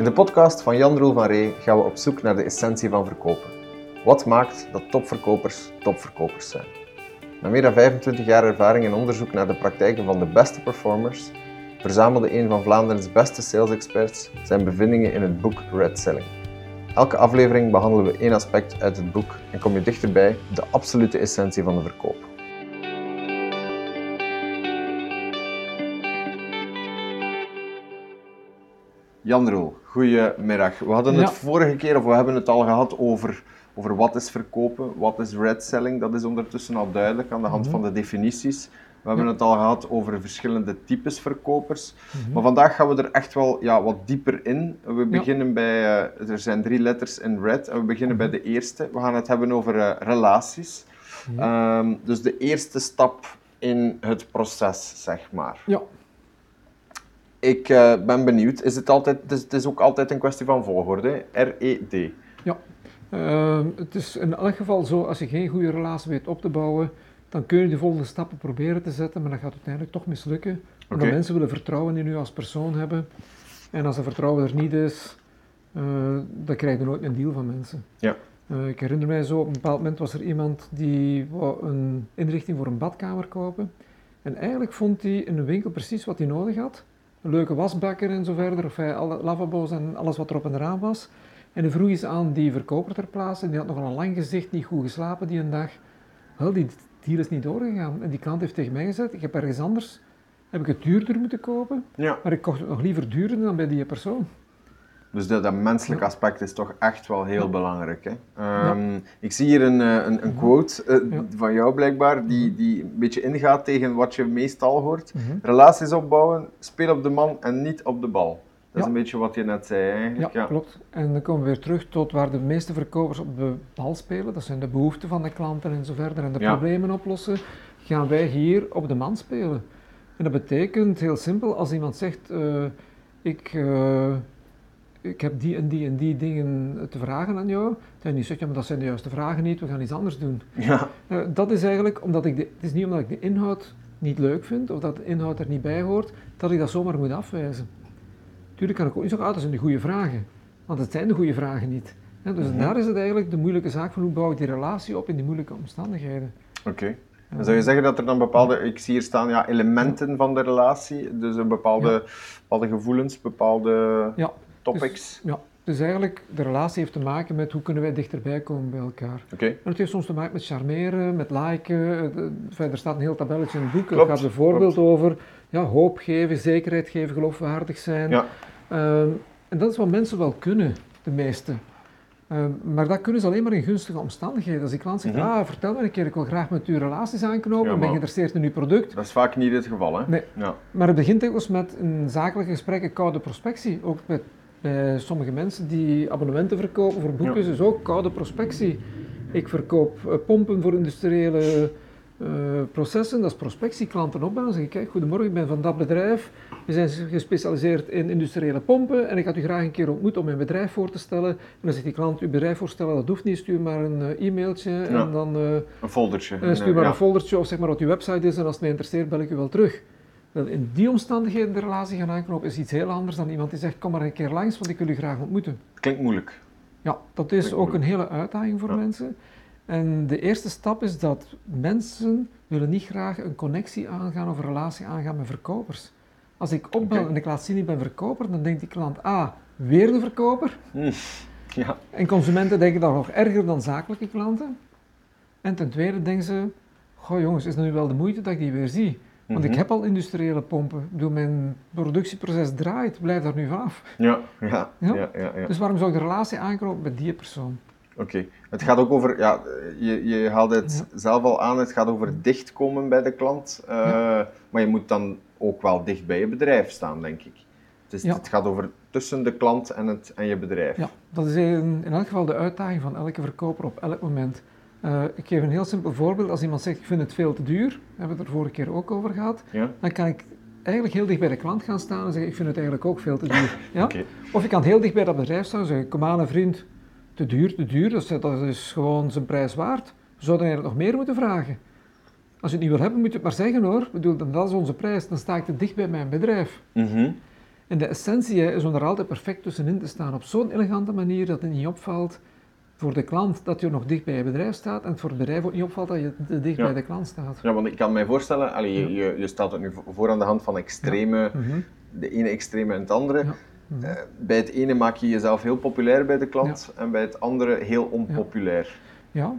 de podcast van Jan Roel van Ree gaan we op zoek naar de essentie van verkopen. Wat maakt dat topverkopers zijn? Na meer dan 25 jaar ervaring in onderzoek naar de praktijken van de beste performers, verzamelde een van Vlaanderen's beste sales experts zijn bevindingen in het boek Red Selling. Elke aflevering behandelen we één aspect uit het boek en kom je dichterbij de absolute essentie van de verkoop. Jan Roel, goedemiddag. We hadden het vorige keer, of we hebben het al gehad over wat is verkopen, wat is red selling. Dat is ondertussen al duidelijk aan de hand van de definities. We hebben het al gehad over verschillende types verkopers. Maar vandaag gaan we er echt wel wat dieper in. We beginnen bij, er zijn 3 letters in red, en we beginnen bij de eerste. We gaan het hebben over relaties. Dus de eerste stap in het proces, zeg maar. Ja. Ik ben benieuwd, het is ook altijd een kwestie van volgorde, R-E-D. Ja, het is in elk geval zo, als je geen goede relatie weet op te bouwen, dan kun je de volgende stappen proberen te zetten, maar dat gaat uiteindelijk toch mislukken. Omdat mensen willen vertrouwen in u als persoon hebben. En als dat vertrouwen er niet is, dan krijg je nooit een deal van mensen. Ja. Ik herinner mij zo, op een bepaald moment was er iemand die wou een inrichting voor een badkamer kopen. En eigenlijk vond hij in een winkel precies wat hij nodig had. Een leuke wasbakker en zo verder, of alle lavabo's en alles wat erop en eraan was. En hij vroeg eens aan die verkoper ter plaatse, en die had nogal een lang gezicht, niet goed geslapen die een dag. Wel, die deal is niet doorgegaan. En die klant heeft tegen mij gezegd, ik heb ergens anders, heb ik het duurder moeten kopen, maar ik kocht het nog liever duurder dan bij die persoon. Dus dat menselijk aspect is toch echt wel heel belangrijk. Hè? Ik zie hier een quote van jou blijkbaar, die een beetje ingaat tegen wat je meestal hoort. Relaties opbouwen, speel op de man en niet op de bal. Dat is een beetje wat je net zei eigenlijk. Ja, klopt. En dan komen we weer terug tot waar de meeste verkopers op de bal spelen. Dat zijn de behoeften van de klanten en zo verder. En de problemen oplossen, gaan wij hier op de man spelen. En dat betekent heel simpel, als iemand zegt, ik heb die en die en die dingen te vragen aan jou. En die zegt, ja, maar dat zijn de juiste vragen niet, we gaan iets anders doen. Ja. Dat is eigenlijk, het is niet omdat ik de inhoud niet leuk vind, of dat de inhoud er niet bij hoort, dat ik dat zomaar moet afwijzen. Tuurlijk kan ik ook niet zeggen, dat zijn de goede vragen. Want het zijn de goede vragen niet. Dus daar is het eigenlijk de moeilijke zaak van hoe bouw ik die relatie op in die moeilijke omstandigheden. Oké. En zou je zeggen dat er dan bepaalde, ik zie hier staan, elementen van de relatie, dus bepaalde gevoelens, bepaalde topics? Dus eigenlijk, de relatie heeft te maken met hoe kunnen wij dichterbij komen bij elkaar. En het heeft soms te maken met charmeren, met liken. Er staat een heel tabelletje in het boek. Het gaat bijvoorbeeld over hoop geven, zekerheid geven, geloofwaardig zijn. Ja. En dat is wat mensen wel kunnen, de meeste. Maar dat kunnen ze alleen maar in gunstige omstandigheden. Als die klant zegt, vertel me een keer, ik wil graag met u relaties aanknopen, ben geïnteresseerd in uw product. Dat is vaak niet het geval, hè? Nee. Ja. Maar het begint dikwijls met een zakelijke gesprek, een koude prospectie. Ook bij sommige mensen die abonnementen verkopen voor boeken, is ook koude prospectie. Ik verkoop pompen voor industriële processen, dat is prospectie, klanten opbouwen. Dan zeg ik, kijk, goedemorgen, ik ben van dat bedrijf. We zijn gespecialiseerd in industriële pompen en ik had u graag een keer ontmoet om mijn bedrijf voor te stellen. En dan zegt die klant, uw bedrijf voorstellen, dat hoeft niet, stuur maar een e-mailtje en dan een foldertje. Stuur maar een foldertje of zeg maar wat uw website is en als het mij interesseert bel ik u wel terug. In die omstandigheden de relatie gaan aanknopen is iets heel anders dan iemand die zegt, kom maar een keer langs, want ik wil u graag ontmoeten. Klinkt moeilijk. Ja, dat is ook een hele uitdaging voor mensen. En de eerste stap is dat mensen willen niet graag een connectie aangaan of een relatie aangaan met verkopers. Als ik opbel en ik laat zien ik ben verkoper, dan denkt die klant, weer de verkoper. Ja. En consumenten denken dat nog erger dan zakelijke klanten. En ten tweede denken ze, goh jongens, is het nu wel de moeite dat ik die weer zie? Want ik heb al industriële pompen. Ik bedoel, mijn productieproces draait, blijf daar nu vanaf. Ja. Dus waarom zou ik de relatie aanknopen met die persoon? Oké. Het gaat ook over, je haalde het zelf al aan, het gaat over dichtkomen bij de klant. Maar je moet dan ook wel dicht bij je bedrijf staan, denk ik. Het gaat over tussen de klant en je bedrijf. Ja, dat is in elk geval de uitdaging van elke verkoper op elk moment. Ik geef een heel simpel voorbeeld. Als iemand zegt, ik vind het veel te duur, daar hebben we het er vorige keer ook over gehad, dan kan ik eigenlijk heel dicht bij de klant gaan staan en zeggen, ik vind het eigenlijk ook veel te duur. Of ik kan heel dicht bij dat bedrijf staan en zeggen, kom aan vriend, te duur, dat is gewoon zijn prijs waard. We zouden eigenlijk nog meer moeten vragen. Als je het niet wil hebben, moet je het maar zeggen hoor. Ik bedoel, dat is onze prijs, dan sta ik te dicht bij mijn bedrijf. En de essentie is om er altijd perfect tussenin te staan. Op zo'n elegante manier dat het niet opvalt voor de klant dat je nog dicht bij je bedrijf staat. En voor het bedrijf ook niet opvalt dat je te dicht bij de klant staat. Ja, want ik kan mij voorstellen, je staat het nu voor aan de hand van extreme, de ene extreme en het andere. Ja. Bij het ene maak je jezelf heel populair bij de klant en bij het andere heel onpopulair. Ja,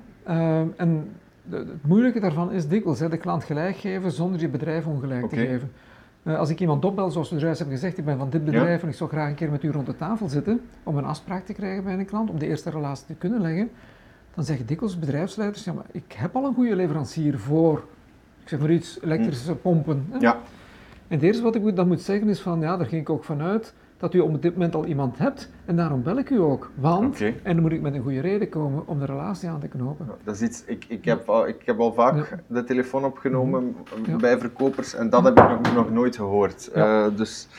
en het moeilijke daarvan is dikwijls de klant gelijk geven zonder je bedrijf ongelijk te geven. Als ik iemand opbel, zoals we juist hebben gezegd, ik ben van dit bedrijf en ik zou graag een keer met u rond de tafel zitten om een afspraak te krijgen bij een klant, om de eerste relatie te kunnen leggen, dan zeggen dikwijls bedrijfsleiders, ja maar ik heb al een goede leverancier voor, ik zeg maar iets, elektrische pompen. Hè? Ja. En het eerste wat ik dan moet zeggen is van, ja, daar ging ik ook vanuit dat u op dit moment al iemand hebt en daarom bel ik u ook. Want, en dan moet ik met een goede reden komen om de relatie aan te knopen. Ja, dat is iets, ik heb al vaak de telefoon opgenomen bij verkopers en dat heb ik nog nooit gehoord. Ja. Dus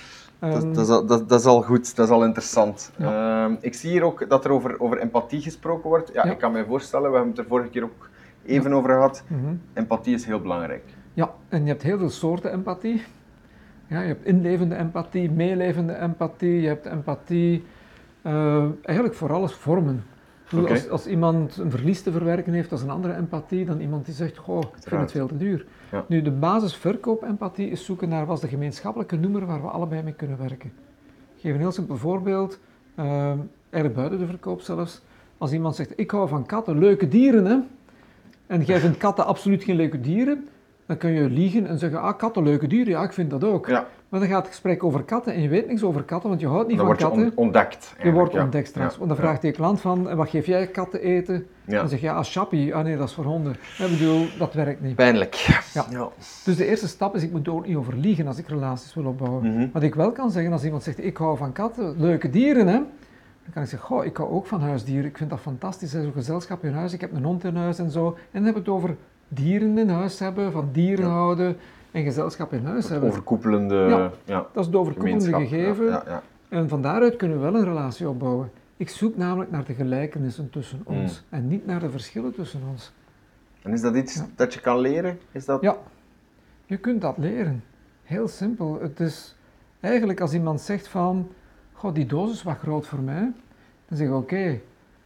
dat is al goed, dat is al interessant. Ja. Ik zie hier ook dat er over empathie gesproken wordt. Ja, ik kan me voorstellen, we hebben het er vorige keer ook even over gehad. Empathie is heel belangrijk. Ja, en je hebt heel veel soorten empathie. Ja, je hebt inlevende empathie, meelevende empathie, je hebt empathie, eigenlijk voor alles vormen. Als iemand een verlies te verwerken heeft, dat is een andere empathie dan iemand die zegt, goh, ik vind het veel te duur. Ja. Nu, de basis verkoop-empathie is zoeken naar wat is de gemeenschappelijke noemer waar we allebei mee kunnen werken. Ik geef een heel simpel voorbeeld, eigenlijk buiten de verkoop zelfs. Als iemand zegt, ik hou van katten, leuke dieren, hè, en jij vindt katten absoluut geen leuke dieren, dan kun je liegen en zeggen, katten, leuke dieren, ja, ik vind dat ook. Ja. Maar dan gaat het gesprek over katten en je weet niks over katten, want je houdt niet van katten. Dan word je ontdekt. Je wordt ontdekt straks. Want dan vraagt je klant van, wat geef jij katten eten? Ja. Dan zeg je, chappie, nee, dat is voor honden. Ik bedoel, dat werkt niet. Pijnlijk. Ja. Dus de eerste stap is, ik moet er ook niet over liegen als ik relaties wil opbouwen. Wat ik wel kan zeggen, als iemand zegt, ik hou van katten, leuke dieren, hè. Dan kan ik zeggen, ik hou ook van huisdieren, ik vind dat fantastisch, zo'n gezelschap in huis, ik heb een hond in huis en zo. En dan hebben we het over dieren in huis hebben, van dieren houden en gezelschap in huis hebben. Overkoepelende dat is het overkoepelende gegeven. Ja. En van daaruit kunnen we wel een relatie opbouwen. Ik zoek namelijk naar de gelijkenissen tussen ons en niet naar de verschillen tussen ons. En is dat iets dat je kan leren? Is dat... Ja, je kunt dat leren. Heel simpel. Het is eigenlijk als iemand zegt van, die doos is wat groot voor mij, dan zeg je oké.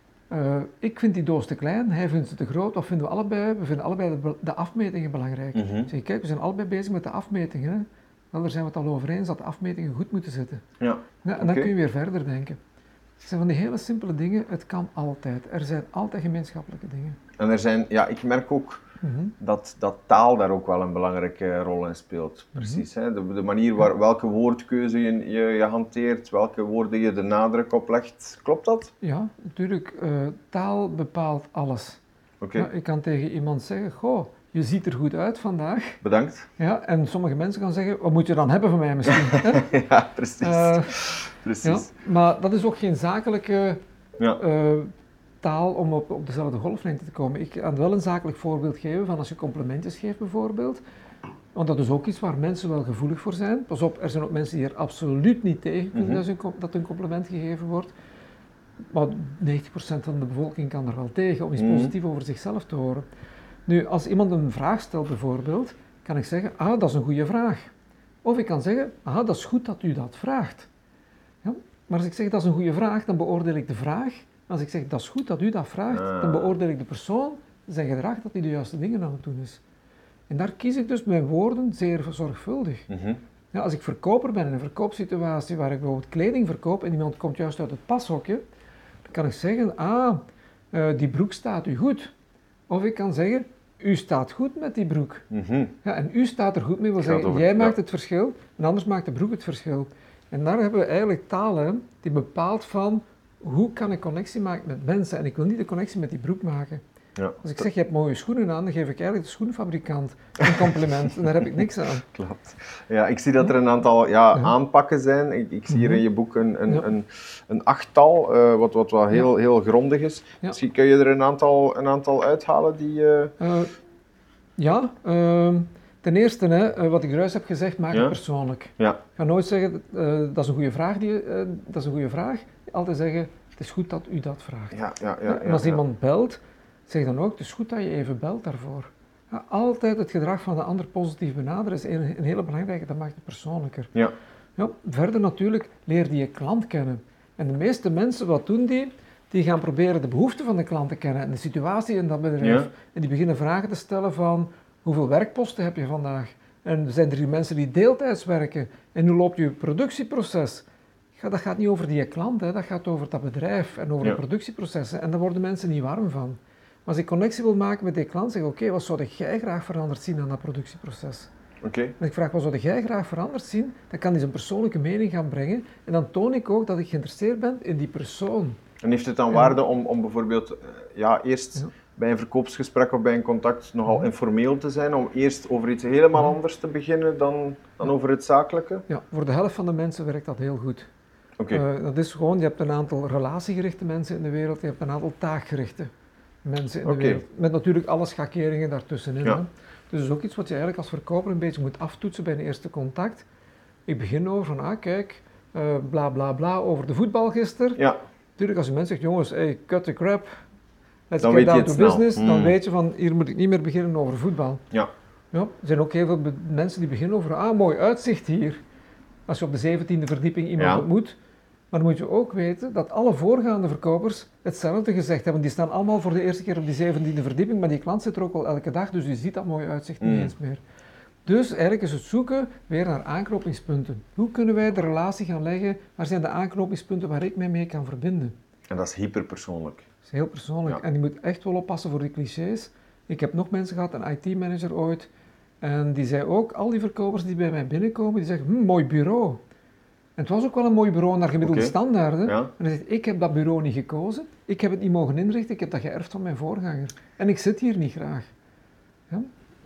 Ik vind die doos te klein, hij vindt ze te groot, wat vinden we allebei? We vinden allebei de afmetingen belangrijk. Zeg, kijk, we zijn allebei bezig met de afmetingen. Wel, daar zijn we het al over eens dat de afmetingen goed moeten zitten. Ja, en dan kun je weer verder denken. Het zijn van die hele simpele dingen, het kan altijd. Er zijn altijd gemeenschappelijke dingen. En er zijn, ik merk ook dat taal daar ook wel een belangrijke rol in speelt. Precies, hè? De manier welke woordkeuze je hanteert, welke woorden je de nadruk op legt. Klopt dat? Ja, natuurlijk. Taal bepaalt alles. Ja, ik kan tegen iemand zeggen, je ziet er goed uit vandaag. Bedankt. Ja, en sommige mensen gaan zeggen, wat moet je dan hebben van mij misschien? Ja, precies. Precies. Ja, maar dat is ook geen zakelijke taal om op dezelfde golflengte te komen. Ik kan wel een zakelijk voorbeeld geven van als je complimentjes geeft bijvoorbeeld. Want dat is ook iets waar mensen wel gevoelig voor zijn. Pas op, er zijn ook mensen die er absoluut niet tegen kunnen dat een compliment gegeven wordt. Maar 90% van de bevolking kan er wel tegen om iets positiefs over zichzelf te horen. Nu, als iemand een vraag stelt bijvoorbeeld, kan ik zeggen, dat is een goede vraag. Of ik kan zeggen, dat is goed dat u dat vraagt. Ja? Maar als ik zeg, dat is een goede vraag, dan beoordeel ik de vraag. Als ik zeg, dat is goed dat u dat vraagt, dan beoordeel ik de persoon, zijn gedrag, dat hij de juiste dingen aan het doen is. En daar kies ik dus mijn woorden zeer zorgvuldig. Ja, als ik verkoper ben in een verkoopsituatie waar ik bijvoorbeeld kleding verkoop en iemand komt juist uit het pashokje, dan kan ik zeggen, die broek staat u goed. Of ik kan zeggen, u staat goed met die broek. Ja, en u staat er goed mee, wil zeggen, jij maakt het verschil en anders maakt de broek het verschil. En daar hebben we eigenlijk taal die bepaalt van, hoe kan ik connectie maken met mensen? En ik wil niet de connectie met die broek maken. Ja. Als ik zeg, je hebt mooie schoenen aan, dan geef ik eigenlijk de schoenfabrikant een compliment. En daar heb ik niks aan. Klopt. Ja, ik zie dat er een aantal aanpakken zijn. Ik zie hier in je boek een achttal, wat wel heel grondig is. Ja. Misschien kun je er een aantal uithalen die... Ten eerste, wat ik juist heb gezegd, maak het persoonlijk. Ja. Ik ga nooit zeggen, dat is een goede vraag. Dat is een goede vraag. Altijd zeggen, het is goed dat u dat vraagt. En als iemand belt, zeg dan ook, het is goed dat je even belt daarvoor. Ja, altijd het gedrag van de ander positief benaderen is een hele belangrijke, dat maakt het persoonlijker. Ja. Ja, verder natuurlijk leer je klant kennen. En de meeste mensen, wat doen die? Die gaan proberen de behoeften van de klant te kennen en de situatie in dat bedrijf. Ja. En die beginnen vragen te stellen van, hoeveel werkposten heb je vandaag? En zijn er hier mensen die deeltijds werken? En hoe loopt je productieproces? Ja, dat gaat niet over die klant, hè. Dat gaat over dat bedrijf en over de productieprocessen. En daar worden mensen niet warm van. Maar als ik connectie wil maken met die klant, zeg ik, oké, wat zou jij graag veranderd zien aan dat productieproces? Okay. En ik vraag, wat zou jij graag veranderd zien? Dan kan hij zijn persoonlijke mening gaan brengen. En dan toon ik ook dat ik geïnteresseerd ben in die persoon. En heeft het dan waarde om bijvoorbeeld eerst bij een verkoopsgesprek of bij een contact nogal informeel te zijn, om eerst over iets helemaal anders te beginnen dan over het zakelijke? Ja, voor de helft van de mensen werkt dat heel goed. Okay. Dat is gewoon, je hebt een aantal relatiegerichte mensen in de wereld, je hebt een aantal taakgerichte mensen in de wereld. Met natuurlijk alle schakeringen daartussenin. Ja. Hè. Dus dat is ook iets wat je eigenlijk als verkoper een beetje moet aftoetsen bij een eerste contact. Ik begin over van, kijk, bla bla bla over de voetbal gisteren. Ja. Natuurlijk, als je mensen zegt, jongens, hey, cut the crap, let's dan get down to snel. business, dan weet je van, hier moet ik niet meer beginnen over voetbal. Ja. Ja, er zijn ook heel veel mensen die beginnen over, mooi uitzicht hier. Als je op de 17e verdieping iemand ontmoet. Maar dan moet je ook weten dat alle voorgaande verkopers hetzelfde gezegd hebben. Die staan allemaal voor de eerste keer op die 17e verdieping, maar die klant zit er ook al elke dag, dus je ziet dat mooie uitzicht niet eens meer. Dus eigenlijk is het zoeken weer naar aanknopingspunten. Hoe kunnen wij de relatie gaan leggen? Waar zijn de aanknopingspunten waar ik mij mee kan verbinden? En dat is hyperpersoonlijk. Dat is heel persoonlijk. Ja. En je moet echt wel oppassen voor die clichés. Ik heb nog mensen gehad, een IT-manager ooit, en die zei ook, al die verkopers die bij mij binnenkomen, die zeggen, mooi bureau. En het was ook wel een mooi bureau naar gemiddelde standaarden. Ja. En hij zegt, ik heb dat bureau niet gekozen, ik heb het niet mogen inrichten, ik heb dat geërfd van mijn voorganger. En ik zit hier niet graag. Ja?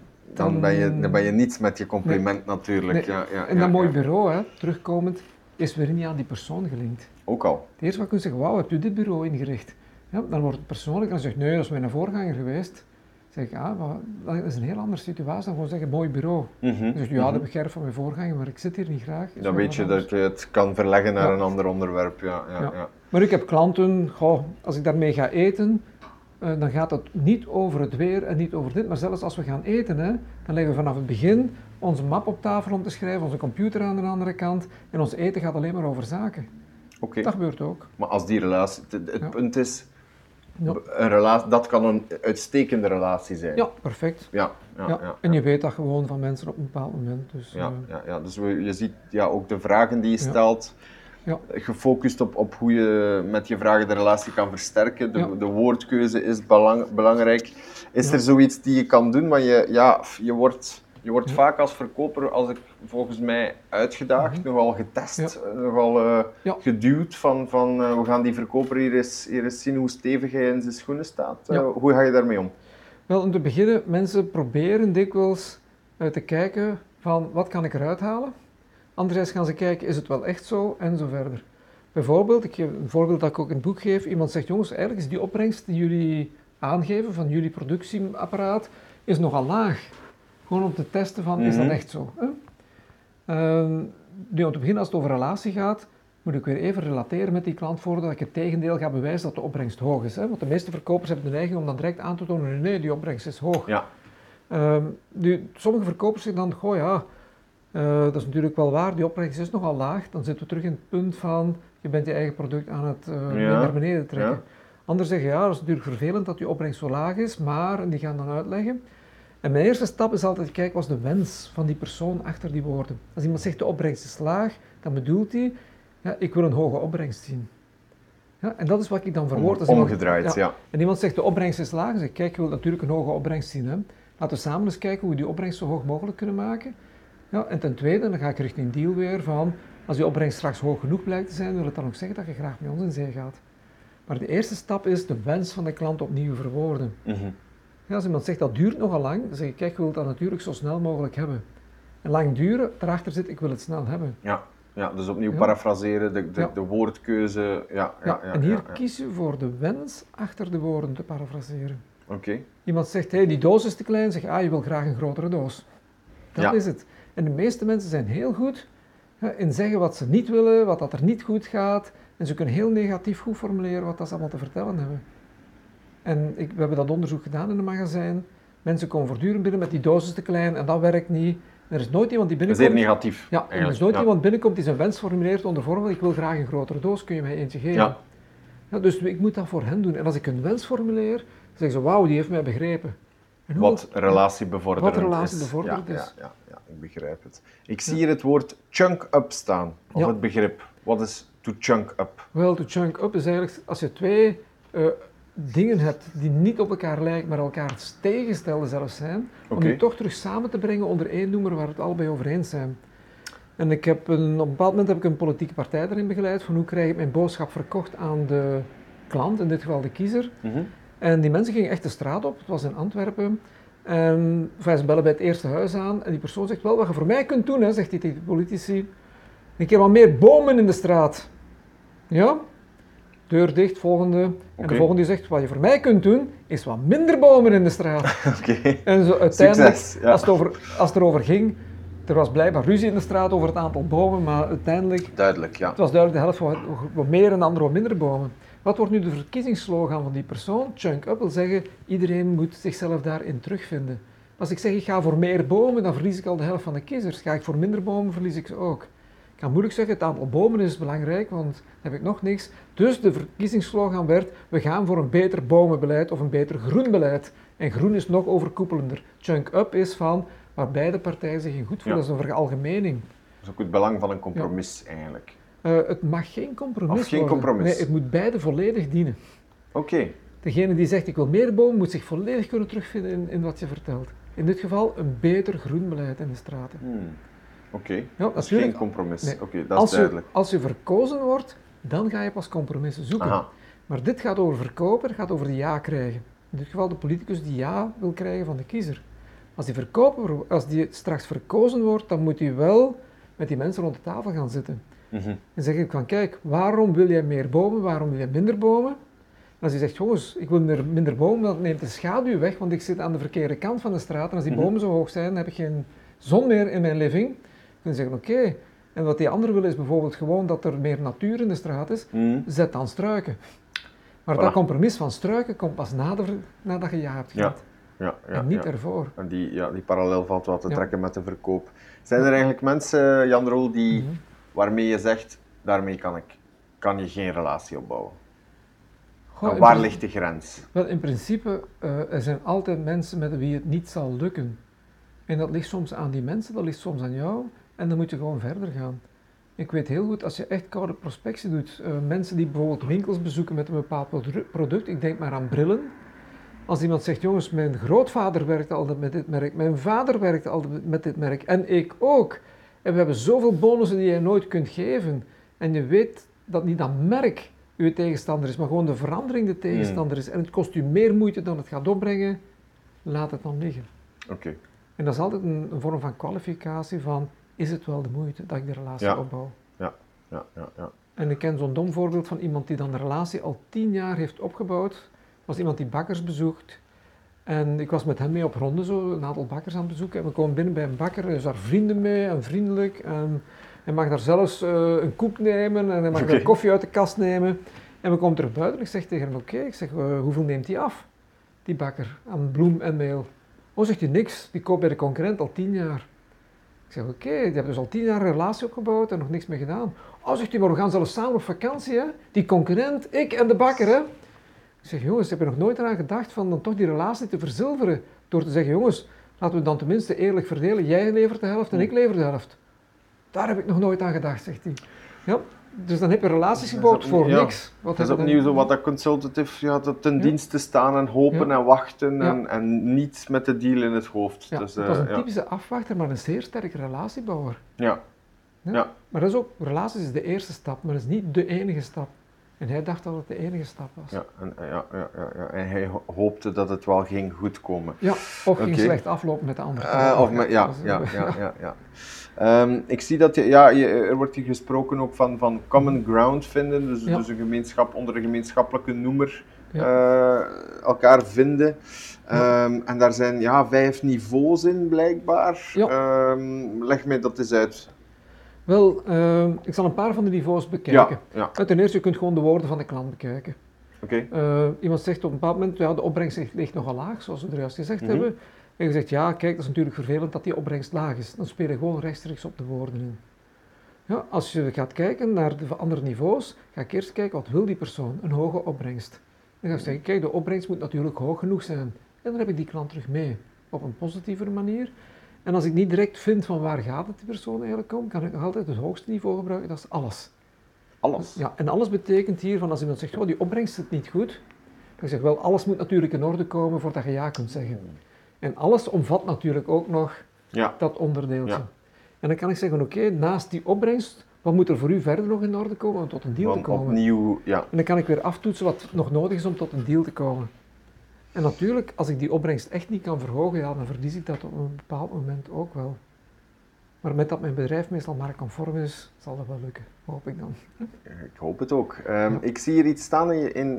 Dan ben je niets met je compliment natuurlijk. Nee. En dat mooi bureau, hè, terugkomend, is weer niet aan die persoon gelinkt. Ook al. Het eerste wat kun je zeggen, wauw, heb je dit bureau ingericht? Ja, dan wordt het persoonlijk, dan zeg je, nee, dat is mijn voorganger geweest. Dan zeg ik, dat is een heel andere situatie dan gewoon zeggen, mooi bureau. Dan zeg je, dat heb ik geërfd van mijn voorganger, maar ik zit hier niet graag. Dan weet je dat je het kan verleggen naar een ander onderwerp. Ja. Maar ik heb klanten, als ik daarmee ga eten, dan gaat het niet over het weer en niet over dit, maar zelfs als we gaan eten, hè, dan leggen we vanaf het begin onze map op tafel om te schrijven, onze computer aan de andere kant en ons eten gaat alleen maar over zaken. Okay. Dat gebeurt ook. Maar als die relatie, het punt is, een relatie, dat kan een uitstekende relatie zijn. Ja, perfect. Ja. En je weet dat gewoon van mensen op een bepaald moment. Dus, dus je ziet ook de vragen die je stelt, gefocust op hoe je met je vragen de relatie kan versterken. De woordkeuze is belangrijk. Is er zoiets die je kan doen, maar je wordt vaak als verkoper, volgens mij uitgedaagd, nogal getest, nogal geduwd van we gaan die verkoper hier eens zien hoe stevig hij in zijn schoenen staat. Hoe ga je daarmee om? Wel, om te beginnen, mensen proberen dikwijls te kijken van wat kan ik eruit halen. Anderzijds gaan ze kijken, is het wel echt zo en zo verder. Bijvoorbeeld, ik geef een voorbeeld dat ik ook in het boek geef, iemand zegt, jongens, eigenlijk is die opbrengst die jullie aangeven van jullie productieapparaat, is nogal laag. Gewoon om te testen van, is dat echt zo? Nu, om te beginnen, als het over relatie gaat, moet ik weer even relateren met die klant voordat ik het tegendeel ga bewijzen dat de opbrengst hoog is. Hè? Want de meeste verkopers hebben de neiging om dan direct aan te tonen, nee, die opbrengst is hoog. Ja. Sommige verkopers zeggen dan, dat is natuurlijk wel waar, die opbrengst is nogal laag. Dan zitten we terug in het punt van, je bent je eigen product aan het naar beneden trekken. Ja. Anderen zeggen, dat is natuurlijk vervelend dat je opbrengst zo laag is, maar, en die gaan dan uitleggen. En mijn eerste stap is altijd kijken, wat is de wens van die persoon achter die woorden. Als iemand zegt, de opbrengst is laag, dan bedoelt hij, ik wil een hoge opbrengst zien. Ja, en dat is wat ik dan verwoord. Omgedraaid, ja. En iemand zegt, de opbrengst is laag, dan zeg ik, kijk, je wil natuurlijk een hoge opbrengst zien. Hè. Laten we samen eens kijken hoe we die opbrengst zo hoog mogelijk kunnen maken. Ja, en ten tweede, dan ga ik richting deal weer van, als die opbrengst straks hoog genoeg blijkt te zijn, wil het dan ook zeggen dat je graag met ons in zee gaat. Maar de eerste stap is de wens van de klant opnieuw verwoorden. Ja, als iemand zegt dat duurt nogal lang, dan zeg ik, kijk, ik wil dat natuurlijk zo snel mogelijk hebben. En lang duren, daarachter zit, ik wil het snel hebben. Ja, dus opnieuw parafraseren, de woordkeuze. En hier kies je voor de wens achter de woorden te parafraseren. Okay. Iemand zegt, die doos is te klein, zeg je wil graag een grotere doos. Dat is het. En de meeste mensen zijn heel goed in zeggen wat ze niet willen, wat dat er niet goed gaat. En ze kunnen heel negatief goed formuleren wat dat ze allemaal te vertellen hebben. En we hebben dat onderzoek gedaan in een magazijn. Mensen komen voortdurend binnen met die doos is te klein en dat werkt niet. Er is nooit iemand die binnenkomt... Zeer negatief. Ja, er is nooit iemand binnenkomt die zijn wens formuleert onder vorm van ik wil graag een grotere doos, kun je mij eentje geven? Ja. Ja, dus ik moet dat voor hen doen. En als ik een wens formuleer, dan zeggen ze, wauw, die heeft mij begrepen. Wat relatiebevorderend is. Wat relatiebevorderend is. Ja, ik begrijp het. Ik zie hier het woord chunk-up staan, of het begrip. Wat is to chunk up? Wel, to chunk up is eigenlijk als je twee dingen hebt die niet op elkaar lijken, maar elkaar tegenstellen zelfs zijn, om die toch terug samen te brengen onder één noemer waar het allebei over eens zijn. En op een bepaald moment heb ik een politieke partij daarin begeleid, van hoe krijg ik mijn boodschap verkocht aan de klant, in dit geval de kiezer. En die mensen gingen echt de straat op, het was in Antwerpen. En ze bellen bij het eerste huis aan en die persoon zegt, wel, wat je voor mij kunt doen, hè, zegt hij tegen de politici, een keer wat meer bomen in de straat. Ja, deur dicht, volgende. En de volgende die zegt, wat je voor mij kunt doen, is wat minder bomen in de straat. En zo uiteindelijk, succes, als het erover ging, er was blijkbaar ruzie in de straat over het aantal bomen, maar uiteindelijk... Duidelijk, ja. Het was duidelijk de helft wat meer en de andere wat minder bomen. Wat wordt nu de verkiezingsslogan van die persoon? Chunk up wil zeggen, iedereen moet zichzelf daarin terugvinden. Als ik zeg, ik ga voor meer bomen, dan verlies ik al de helft van de kiezers. Ga ik voor minder bomen, verlies ik ze ook. Ik kan moeilijk zeggen, het aantal bomen is belangrijk, want dan heb ik nog niks. Dus de verkiezingsslogan werd, we gaan voor een beter bomenbeleid of een beter groenbeleid. En groen is nog overkoepelender. Chunk up is van, waar beide partijen zich in goed voelen, dat is een veralgemening. Dat is ook het belang van een compromis eigenlijk. Het mag geen compromis of geen worden. Compromis. Nee, het moet beide volledig dienen. Oké. Degene die zegt ik wil meer bomen, moet zich volledig kunnen terugvinden in wat je vertelt. In dit geval een beter groenbeleid in de straten. Oké, ja, dat is geen compromis. Nee. Oké, dat is duidelijk. Als je verkozen wordt, dan ga je pas compromissen zoeken. Aha. Maar dit gaat over verkopen, het gaat over de ja krijgen. In dit geval de politicus die ja wil krijgen van de kiezer. Als die straks verkozen wordt, dan moet hij wel met die mensen rond de tafel gaan zitten. En zeg ik van, kijk, waarom wil jij meer bomen, waarom wil jij minder bomen? En als hij zegt, jongens, ik wil minder bomen, dan neemt de schaduw weg, want ik zit aan de verkeerde kant van de straat. En als die bomen zo hoog zijn, dan heb ik geen zon meer in mijn living. Dan zeg ik, oké. En wat die anderen willen is bijvoorbeeld gewoon dat er meer natuur in de straat is. Zet dan struiken. Maar dat compromis van struiken komt pas nadat je ja hebt gehad. En niet ervoor. En die parallel valt wel te trekken met de verkoop. Zijn er eigenlijk mensen, Jan Roel, waarmee je zegt, daarmee kan je geen relatie opbouwen? Waar ligt de grens? Wel, in principe, er zijn altijd mensen met wie het niet zal lukken. En dat ligt soms aan die mensen, dat ligt soms aan jou. En dan moet je gewoon verder gaan. Ik weet heel goed, als je echt koude prospectie doet, mensen die bijvoorbeeld winkels bezoeken met een bepaald product, ik denk maar aan brillen. Als iemand zegt, jongens, mijn grootvader werkte altijd met dit merk, mijn vader werkte altijd met dit merk en ik ook. En we hebben zoveel bonussen die je nooit kunt geven. En je weet dat niet dat merk uw tegenstander is, maar gewoon de verandering de tegenstander is. En het kost u meer moeite dan het gaat opbrengen, laat het dan liggen. Oké. En dat is altijd een vorm van kwalificatie van, is het wel de moeite dat ik de relatie opbouw? Ja. En ik ken zo'n dom voorbeeld van iemand die dan de relatie al 10 jaar heeft opgebouwd. Was iemand die bakkers bezoekt. En ik was met hem mee op ronde, zo een aantal bakkers aan het bezoeken. En we komen binnen bij een bakker, er is daar vrienden mee en vriendelijk. En hij mag daar zelfs een koek nemen en hij mag daar koffie uit de kast nemen. En we komen terug buiten en ik zeg tegen hem, oké, ik zeg, hoeveel neemt hij af? Die bakker, aan bloem en meel. Oh, zegt hij, niks, die koopt bij de concurrent al 10 jaar. Ik zeg, oké, die hebben dus al 10 jaar een relatie opgebouwd en nog niks meer gedaan. Oh, zegt hij, maar we gaan zelfs samen op vakantie, hè? Die concurrent, ik en de bakker, hè? Ik zeg, jongens, heb je nog nooit eraan gedacht van dan toch die relatie te verzilveren? Door te zeggen, jongens, laten we dan tenminste eerlijk verdelen. Jij levert de helft en ik lever de helft. Daar heb ik nog nooit aan gedacht, zegt hij. Ja, dus dan heb je relaties gebouwd voor niks. Dat is opnieuw zo wat dat consultative, ten dienste staan en hopen en wachten en niet met de deal in het hoofd. Ja, dus, het was een typische afwachter, maar een zeer sterke relatiebouwer. Ja. Maar dat is ook, relaties is de eerste stap, maar dat is niet de enige stap. En hij dacht dat het de enige stap was. Ja. En hij hoopte dat het wel ging goed komen. Ja, of ging slecht aflopen met de andere kant. Ik zie dat er wordt hier gesproken ook van common ground vinden, dus een gemeenschap onder een gemeenschappelijke noemer elkaar vinden. En daar zijn 5 niveaus in blijkbaar. Leg mij dat eens uit. Wel, ik zal een paar van de niveaus bekijken. Ten eerste, je kunt gewoon de woorden van de klant bekijken. Okay. Iemand zegt op een bepaald moment, de opbrengst ligt nogal laag, zoals we er juist gezegd hebben. En je zegt, ja, kijk, dat is natuurlijk vervelend dat die opbrengst laag is. Dan speel je gewoon rechtstreeks op de woorden in. Ja, als je gaat kijken naar de andere niveaus, ga ik eerst kijken, wat wil die persoon? Een hoge opbrengst. Dan ga je zeggen, kijk, de opbrengst moet natuurlijk hoog genoeg zijn. En dan heb ik die klant terug mee, op een positievere manier. En als ik niet direct vind van waar gaat het die persoon eigenlijk om, kan ik nog altijd het hoogste niveau gebruiken, dat is alles. Alles? Ja, en alles betekent hier, van als iemand zegt, oh, die opbrengst zit niet goed, dan zeg ik wel, alles moet natuurlijk in orde komen voordat je ja kunt zeggen. En alles omvat natuurlijk ook nog dat onderdeeltje. Ja. En dan kan ik zeggen, oké, naast die opbrengst, wat moet er voor u verder nog in orde komen om tot een deal te komen? Opnieuw, ja. En dan kan ik weer aftoetsen wat nog nodig is om tot een deal te komen. En natuurlijk, als ik die opbrengst echt niet kan verhogen, ja, dan verlies ik dat op een bepaald moment ook wel. Maar met dat mijn bedrijf meestal marktconform is, zal dat wel lukken, hoop ik dan. Ik hoop het ook. Ik zie hier iets staan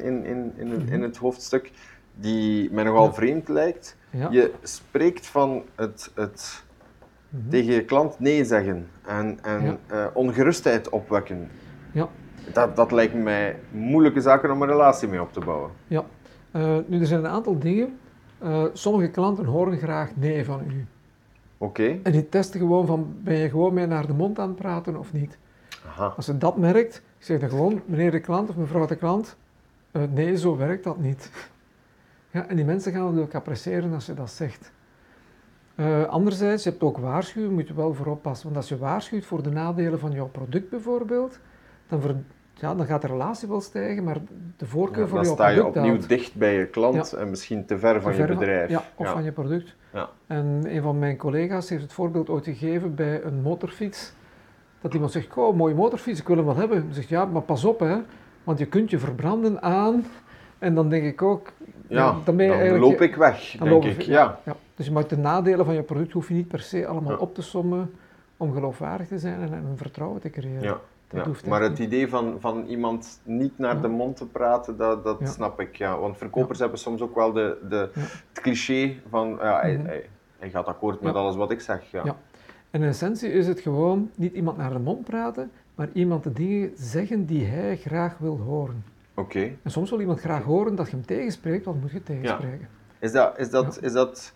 in het hoofdstuk die mij nogal vreemd lijkt. Ja. Je spreekt van het tegen je klant nee zeggen en ongerustheid opwekken. Ja. Dat lijkt mij moeilijke zaken om een relatie mee op te bouwen. Ja. Nu, er zijn een aantal dingen. Sommige klanten horen graag nee van u. Oké. En die testen gewoon van, ben je gewoon mee naar de mond aan het praten of niet? Aha. Als je dat merkt, zeg dan gewoon, meneer de klant of mevrouw de klant, nee, zo werkt dat niet. Ja, en die mensen gaan het ook appreciëren als je dat zegt. Anderzijds, je hebt ook waarschuwen, moet je wel voor oppassen. Want als je waarschuwt voor de nadelen van jouw product bijvoorbeeld, dan gaat de relatie wel stijgen, maar de voorkeur voor jouw product dan sta je opnieuw dicht bij je klant en misschien te ver van je bedrijf. Of van je product. Ja. En een van mijn collega's heeft het voorbeeld ooit gegeven bij een motorfiets. Dat iemand zegt, oh, mooie motorfiets, ik wil hem wel hebben. Hij zegt, ja, maar pas op, hè, want je kunt je verbranden aan. En dan denk ik ook... dan loop ik weg, denk ik. Ja. Dus je maakt de nadelen van je product, hoef je niet per se allemaal op te sommen om geloofwaardig te zijn en een vertrouwen te creëren. Ja. Maar het idee van iemand niet naar de mond te praten, dat snap ik. Ja. Want verkopers hebben soms ook wel het cliché van hij gaat akkoord met alles wat ik zeg. Ja. En in essentie is het gewoon niet iemand naar de mond praten, maar iemand de dingen zeggen die hij graag wil horen. Oké. En soms wil iemand graag horen dat je hem tegenspreekt, wat moet je tegenspreken? Is dat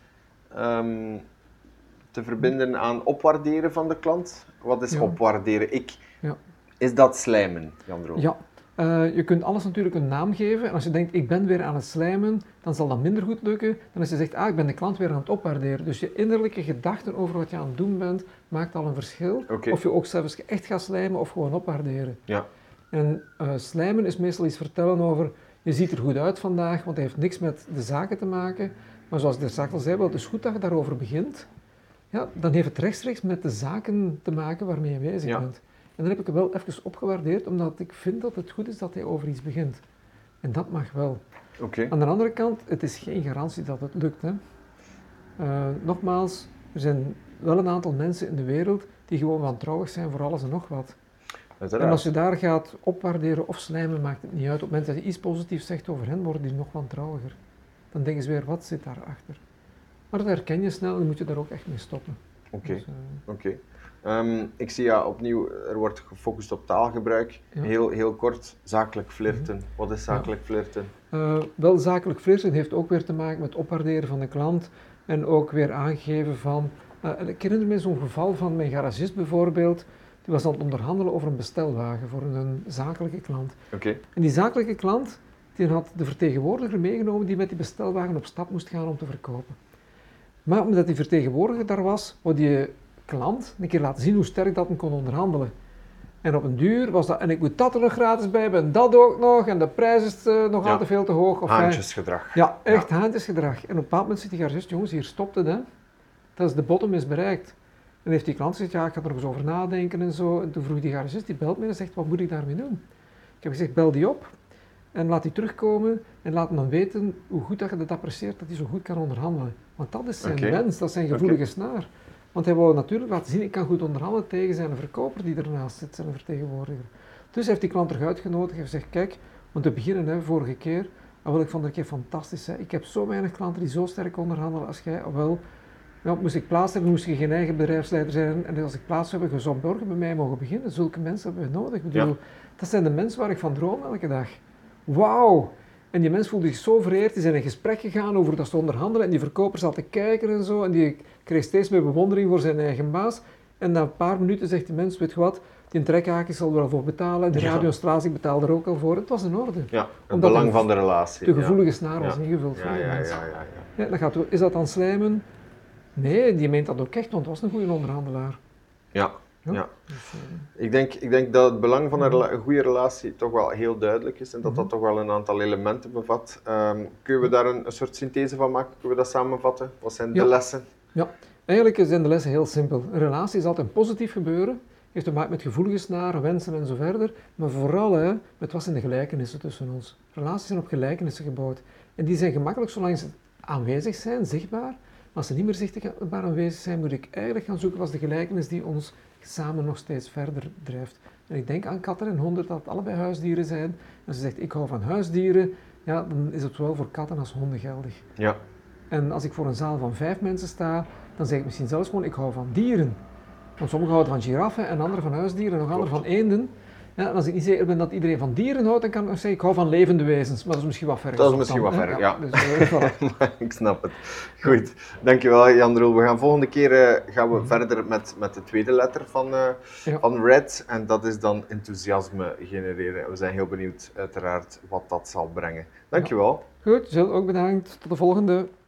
te verbinden aan opwaarderen van de klant? Wat is opwaarderen? Is dat slijmen, Jan Droof? Ja, je kunt alles natuurlijk een naam geven. En als je denkt, ik ben weer aan het slijmen, dan zal dat minder goed lukken dan als je zegt, ik ben de klant weer aan het opwaarderen. Dus je innerlijke gedachten over wat je aan het doen bent, maakt al een verschil. Okay. Of je ook zelfs echt gaat slijmen of gewoon opwaarderen. Ja. En slijmen is meestal iets vertellen over, je ziet er goed uit vandaag, want het heeft niks met de zaken te maken. Maar zoals ik er straks al zei, wel, het is goed dat je daarover begint. Ja, dan heeft het rechtstreeks met de zaken te maken waarmee je bezig bent. En dan heb ik het wel even opgewaardeerd, omdat ik vind dat het goed is dat hij over iets begint. En dat mag wel. Okay. Aan de andere kant, het is geen garantie dat het lukt. Hè. Nogmaals, er zijn wel een aantal mensen in de wereld die gewoon wantrouwig zijn voor alles en nog wat. Uiteraard. En als je daar gaat opwaarderen of slijmen, maakt het niet uit. Op het moment dat je iets positiefs zegt over hen, worden die nog wantrouwiger. Dan denken ze weer, wat zit daarachter? Maar dat herken je snel en moet je daar ook echt mee stoppen. Oké. Ik zie opnieuw, er wordt gefocust op taalgebruik. Ja. Heel kort, zakelijk flirten. Wat is zakelijk flirten? Wel, zakelijk flirten heeft ook weer te maken met opwaarderen van de klant en ook weer aangeven van... ik herinner me zo'n geval van mijn garagist bijvoorbeeld. Die was aan het onderhandelen over een bestelwagen voor een zakelijke klant. Okay. En die zakelijke klant die had de vertegenwoordiger meegenomen die met die bestelwagen op stap moest gaan om te verkopen. Maar omdat die vertegenwoordiger daar was, wou die klant een keer laten zien hoe sterk dat hem kon onderhandelen. En op een duur was dat, en ik moet dat er nog gratis bij hebben, en dat ook nog, en de prijs is nog altijd veel te hoog. Haantjesgedrag. Ja, echt haantjesgedrag. En op een bepaald moment zit die garagist, jongens, hier stopt het, hè. Dat is de bottom is bereikt. En heeft die klant gezegd, ik ga er nog eens over nadenken en zo. En toen vroeg die garagist, die belt me en zegt, wat moet ik daarmee doen? Ik heb gezegd, bel die op en laat die terugkomen en laat hem dan weten hoe goed dat je dat apprecieert, dat hij zo goed kan onderhandelen. Want dat is zijn wens, dat is zijn gevoelige snaar. Want hij wou natuurlijk laten zien, ik kan goed onderhandelen tegen zijn verkoper die ernaast zit, zijn vertegenwoordiger. Dus hij heeft die klant terug uitgenodigd en gezegd, kijk, om te beginnen, vorige keer, ik vond het een keer fantastisch. Hè. Ik heb zo weinig klanten die zo sterk onderhandelen als jij. Moest ik plaats hebben, moest je geen eigen bedrijfsleider zijn. En als ik plaats heb, je zou morgen bij mij mogen beginnen. Zulke mensen hebben we nodig. Ik bedoel, dat zijn de mensen waar ik van droom elke dag. Wauw! En die mens voelde zich zo vereerd, die zijn in gesprek gegaan over dat ze onderhandelen en die verkoper zat te kijken en zo en die kreeg steeds meer bewondering voor zijn eigen baas. En na een paar minuten zegt de mens, weet je wat, die trekhaakjes zal er al voor betalen en de Radio Straat betaalde er ook al voor. Het was in orde. Ja, het belang van de relatie. De gevoelige snaar was ingevuld voor de mensen. Is dat dan slijmen? Nee, die meent dat ook echt, want het was een goede onderhandelaar. Ja. Ik denk dat het belang van een goede relatie toch wel heel duidelijk is en dat dat toch wel een aantal elementen bevat. Kunnen we daar een soort synthese van maken? Kunnen we dat samenvatten? Wat zijn de lessen? Ja, eigenlijk zijn de lessen heel simpel. Een relatie is altijd een positief gebeuren. Heeft te maken met gevoelige snaren, wensen en zo verder. Maar vooral met wat zijn de gelijkenissen tussen ons. Relaties zijn op gelijkenissen gebouwd. En die zijn gemakkelijk zolang ze aanwezig zijn, zichtbaar. Maar als ze niet meer zichtbaar aanwezig zijn, moet ik eigenlijk gaan zoeken wat is de gelijkenis die ons samen nog steeds verder drijft. En ik denk aan katten en honden dat het allebei huisdieren zijn. En ze zegt, ik hou van huisdieren, ja, dan is het zowel voor katten als honden geldig. Ja. En als ik voor een zaal van 5 mensen sta, dan zeg ik misschien zelfs gewoon, ik hou van dieren. Want sommigen houden van giraffen en anderen van huisdieren en nog anderen van eenden. Ja, en als ik niet zeker ben dat iedereen van dieren houdt, dan kan ik nog zeggen, ik hou van levende wezens. Maar dat is misschien wat ver. Dat is misschien wat ver, ja. Dus, ik snap het. Goed, dankjewel Jan de Roel. We gaan volgende keer verder met de tweede letter van RED. En dat is dan enthousiasme genereren. We zijn heel benieuwd uiteraard wat dat zal brengen. Dankjewel. Goed, Jill ook bedankt. Tot de volgende.